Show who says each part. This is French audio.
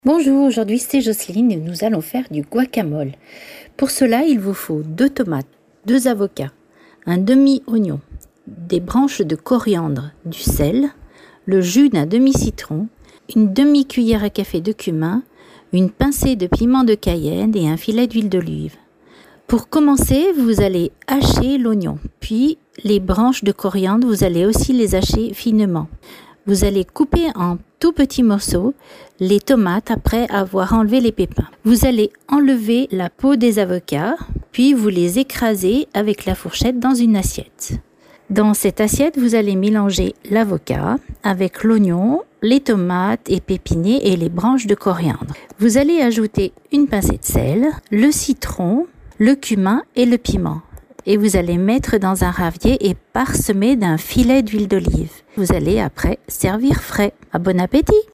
Speaker 1: Bonjour, aujourd'hui c'est Jocelyne et nous allons faire du guacamole. Pour cela, il vous faut 2 tomates, 2 avocats, un demi-oignon, des branches de coriandre, du sel, le jus d'un demi-citron, une demi-cuillère à café de cumin, une pincée de piment de Cayenne et un filet d'huile d'olive. Pour commencer, vous allez hacher l'oignon, puis les branches de coriandre, vous allez aussi les hacher finement. Vous allez couper en tout petits morceaux les tomates après avoir enlevé les pépins. Vous allez enlever la peau des avocats, puis vous les écrasez avec la fourchette dans une assiette. Dans cette assiette, vous allez mélanger l'avocat avec l'oignon, les tomates épinées et les branches de coriandre. Vous allez ajouter une pincée de sel, le citron, le cumin et le piment. Et vous allez mettre dans un ravier et parsemer d'un filet d'huile d'olive. Vous allez après servir frais. Bon appétit!